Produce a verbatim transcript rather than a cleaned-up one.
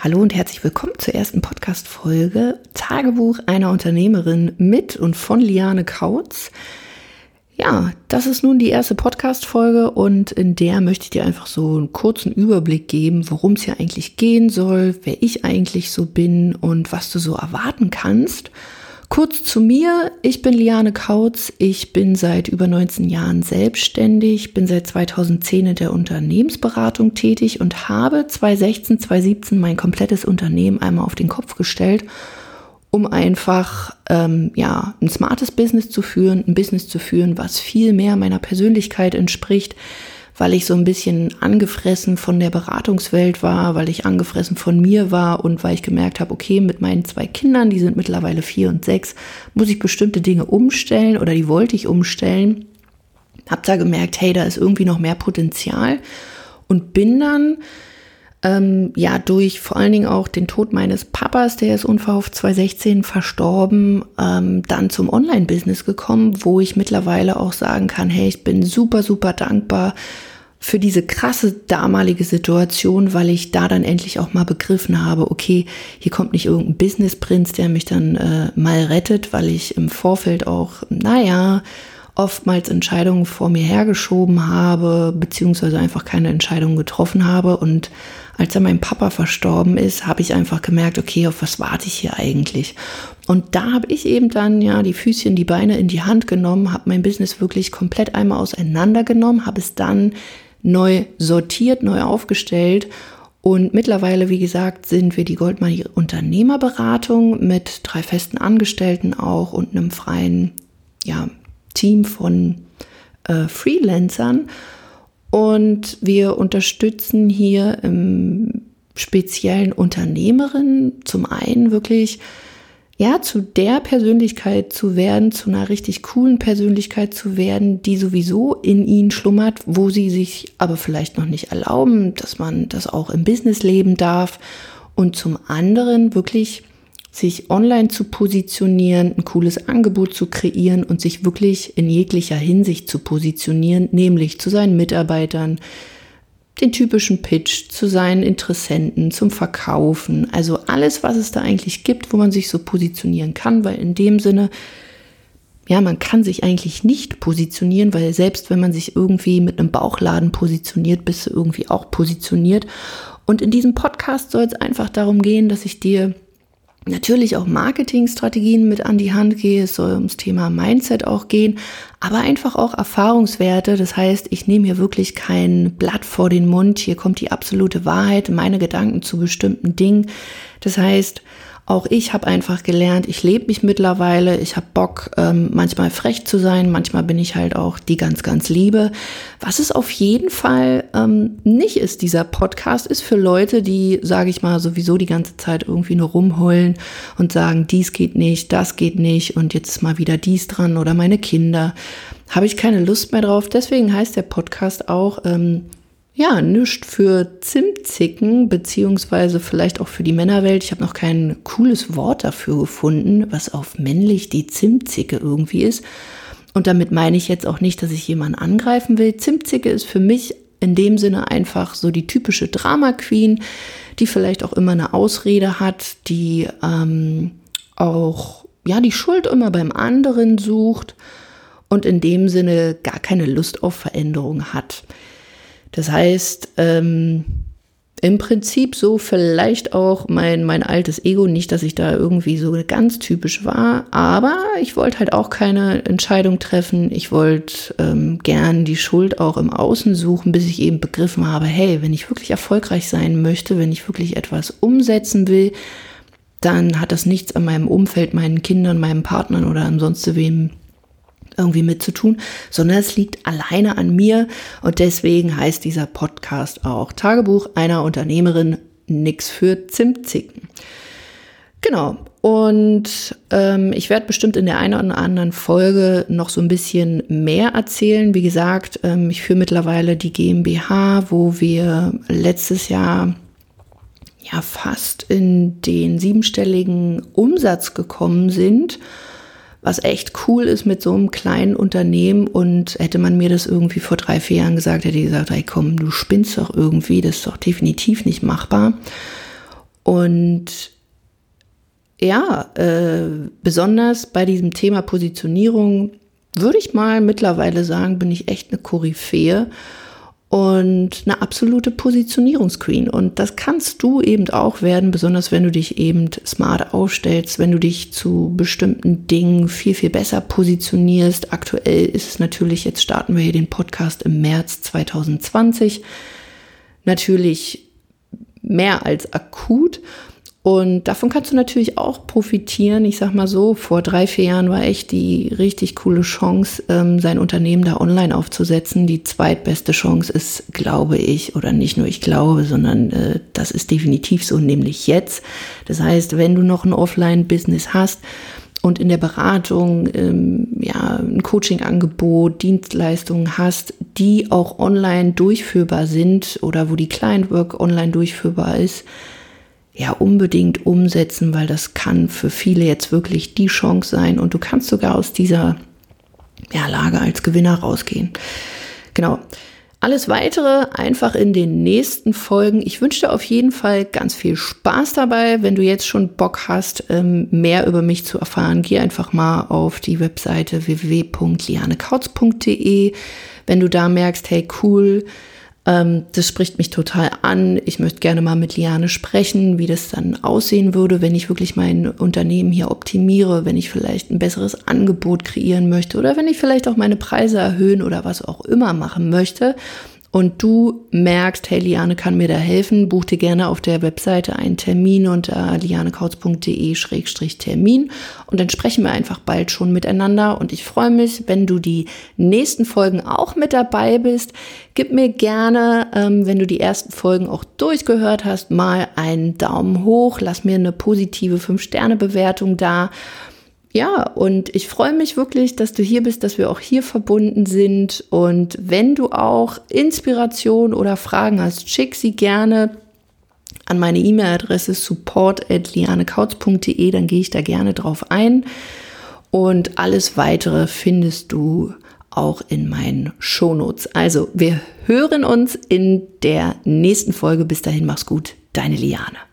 Hallo und herzlich willkommen zur ersten Podcast-Folge Tagebuch einer Unternehmerin mit und von Liane Kautz. Ja, das ist nun die erste Podcast-Folge und in der möchte ich dir einfach so einen kurzen Überblick geben, worum es hier eigentlich gehen soll, wer ich eigentlich so bin und was du so erwarten kannst. Kurz zu mir, ich bin Liane Kautz, ich bin seit über neunzehn Jahren selbstständig, bin seit zweitausendzehn in der Unternehmensberatung tätig und habe zweitausendsechzehn, zweitausendsiebzehn mein komplettes Unternehmen einmal auf den Kopf gestellt, um einfach ähm, ja, ein smartes Business zu führen, ein Business zu führen, was viel mehr meiner Persönlichkeit entspricht, weil ich so ein bisschen angefressen von der Beratungswelt war, weil ich angefressen von mir war und weil ich gemerkt habe, okay, mit meinen zwei Kindern, die sind mittlerweile vier und sechs, muss ich bestimmte Dinge umstellen oder die wollte ich umstellen. Hab da gemerkt, hey, da ist irgendwie noch mehr Potenzial und bin dann ähm, ja durch vor allen Dingen auch den Tod meines Papas, der ist unverhofft zweitausendsechzehn verstorben, ähm, dann zum Online-Business gekommen, wo ich mittlerweile auch sagen kann, hey, ich bin super, super dankbar für diese krasse damalige Situation, weil ich da dann endlich auch mal begriffen habe, okay, hier kommt nicht irgendein Businessprinz, der mich dann äh, mal rettet, weil ich im Vorfeld auch, naja, oftmals Entscheidungen vor mir hergeschoben habe, beziehungsweise einfach keine Entscheidungen getroffen habe. Und als dann mein Papa verstorben ist, habe ich einfach gemerkt, okay, auf was warte ich hier eigentlich? Und da habe ich eben dann ja die Füßchen, die Beine in die Hand genommen, habe mein Business wirklich komplett einmal auseinandergenommen, habe es dann neu sortiert, neu aufgestellt. Und mittlerweile, wie gesagt, sind wir die Goldmoney Unternehmerberatung mit drei festen Angestellten auch und einem freien, ja, Team von äh, Freelancern. Und wir unterstützen hier im speziellen Unternehmerinnen zum einen wirklich, ja, zu der Persönlichkeit zu werden, zu einer richtig coolen Persönlichkeit zu werden, die sowieso in ihnen schlummert, wo sie sich aber vielleicht noch nicht erlauben, dass man das auch im Business leben darf. Und zum anderen wirklich sich online zu positionieren, ein cooles Angebot zu kreieren und sich wirklich in jeglicher Hinsicht zu positionieren, nämlich zu seinen Mitarbeitern, den typischen Pitch, zu seinen Interessenten, zum Verkaufen, also alles, was es da eigentlich gibt, wo man sich so positionieren kann, weil in dem Sinne, ja, man kann sich eigentlich nicht positionieren, weil selbst wenn man sich irgendwie mit einem Bauchladen positioniert, bist du irgendwie auch positioniert. Und in diesem Podcast soll es einfach darum gehen, dass ich dir natürlich auch Marketingstrategien mit an die Hand gehe, es soll ums Thema Mindset auch gehen, aber einfach auch Erfahrungswerte. Das heißt, ich nehme hier wirklich kein Blatt vor den Mund, hier kommt die absolute Wahrheit, meine Gedanken zu bestimmten Dingen. Das heißt, auch ich habe einfach gelernt, ich lebe mich mittlerweile, ich habe Bock, ähm, manchmal frech zu sein, manchmal bin ich halt auch die ganz, ganz Liebe. Was es auf jeden Fall ähm, nicht ist, dieser Podcast, ist für Leute, die, sage ich mal, sowieso die ganze Zeit irgendwie nur rumheulen und sagen, dies geht nicht, das geht nicht und jetzt ist mal wieder dies dran oder meine Kinder. Habe ich keine Lust mehr drauf. Deswegen heißt der Podcast auch, ähm, ja, nischt für Zimtzicken, beziehungsweise vielleicht auch für die Männerwelt. Ich habe noch kein cooles Wort dafür gefunden, was auf männlich die Zimtzicke irgendwie ist. Und damit meine ich jetzt auch nicht, dass ich jemanden angreifen will. Zimtzicke ist für mich in dem Sinne einfach so die typische Drama Queen, die vielleicht auch immer eine Ausrede hat, die ähm, auch ja die Schuld immer beim anderen sucht und in dem Sinne gar keine Lust auf Veränderung hat. Das heißt, ähm, im Prinzip so vielleicht auch mein, mein altes Ego, nicht, dass ich da irgendwie so ganz typisch war, aber ich wollte halt auch keine Entscheidung treffen. Ich wollte ähm, gern die Schuld auch im Außen suchen, bis ich eben begriffen habe, hey, wenn ich wirklich erfolgreich sein möchte, wenn ich wirklich etwas umsetzen will, dann hat das nichts an meinem Umfeld, meinen Kindern, meinem Partnern oder ansonsten wem irgendwie mitzutun, sondern es liegt alleine an mir und deswegen heißt dieser Podcast auch Tagebuch einer Unternehmerin, nix für Zimtzicken. Genau, und ähm, ich werde bestimmt in der einen oder anderen Folge noch so ein bisschen mehr erzählen. Wie gesagt, ähm, ich führe mittlerweile die GmbH, wo wir letztes Jahr ja fast in den siebenstelligen Umsatz gekommen sind, was echt cool ist mit so einem kleinen Unternehmen. Und hätte man mir das irgendwie vor drei, vier Jahren gesagt, hätte ich gesagt, hey komm, du spinnst doch irgendwie, das ist doch definitiv nicht machbar. Und ja, äh, besonders bei diesem Thema Positionierung würde ich mal mittlerweile sagen, bin ich echt eine Koryphäe und eine absolute Positionierungsqueen. Und das kannst du eben auch werden, besonders wenn du dich eben smart aufstellst, wenn du dich zu bestimmten Dingen viel, viel besser positionierst. Aktuell ist es natürlich, jetzt starten wir hier den Podcast im März zwanzig zwanzig, natürlich mehr als akut. Und davon kannst du natürlich auch profitieren. Ich sag mal so, vor drei, vier Jahren war echt die richtig coole Chance, ähm, sein Unternehmen da online aufzusetzen. Die zweitbeste Chance ist, glaube ich, oder nicht nur ich glaube, sondern äh, das ist definitiv so, nämlich jetzt. Das heißt, wenn du noch ein Offline-Business hast und in der Beratung ähm, ja ein Coaching-Angebot, Dienstleistungen hast, die auch online durchführbar sind oder wo die Client Work online durchführbar ist, ja, unbedingt umsetzen, weil das kann für viele jetzt wirklich die Chance sein und du kannst sogar aus dieser ja, Lage als Gewinner rausgehen. Genau. Alles Weitere einfach in den nächsten Folgen. Ich wünsche dir auf jeden Fall ganz viel Spaß dabei. Wenn du jetzt schon Bock hast, mehr über mich zu erfahren, geh einfach mal auf die Webseite w w w punkt liane kautz punkt d e. Wenn du da merkst, hey cool, das spricht mich total an. Ich möchte gerne mal mit Liane sprechen, wie das dann aussehen würde, wenn ich wirklich mein Unternehmen hier optimiere, wenn ich vielleicht ein besseres Angebot kreieren möchte oder wenn ich vielleicht auch meine Preise erhöhen oder was auch immer machen möchte. Und du merkst, hey, Liane kann mir da helfen, buch dir gerne auf der Webseite einen Termin unter liane kautz punkt d e Schrägstrich Termin und dann sprechen wir einfach bald schon miteinander und ich freue mich, wenn du die nächsten Folgen auch mit dabei bist. Gib mir gerne, ähm, wenn du die ersten Folgen auch durchgehört hast, mal einen Daumen hoch, lass mir eine positive fünf Sterne Bewertung da. Ja, und ich freue mich wirklich, dass du hier bist, dass wir auch hier verbunden sind. Und wenn du auch Inspiration oder Fragen hast, schick sie gerne an meine E-Mail-Adresse support at liane kautz punkt d e, dann gehe ich da gerne drauf ein. Und alles Weitere findest du auch in meinen Shownotes. Also, wir hören uns in der nächsten Folge. Bis dahin, mach's gut, deine Liane.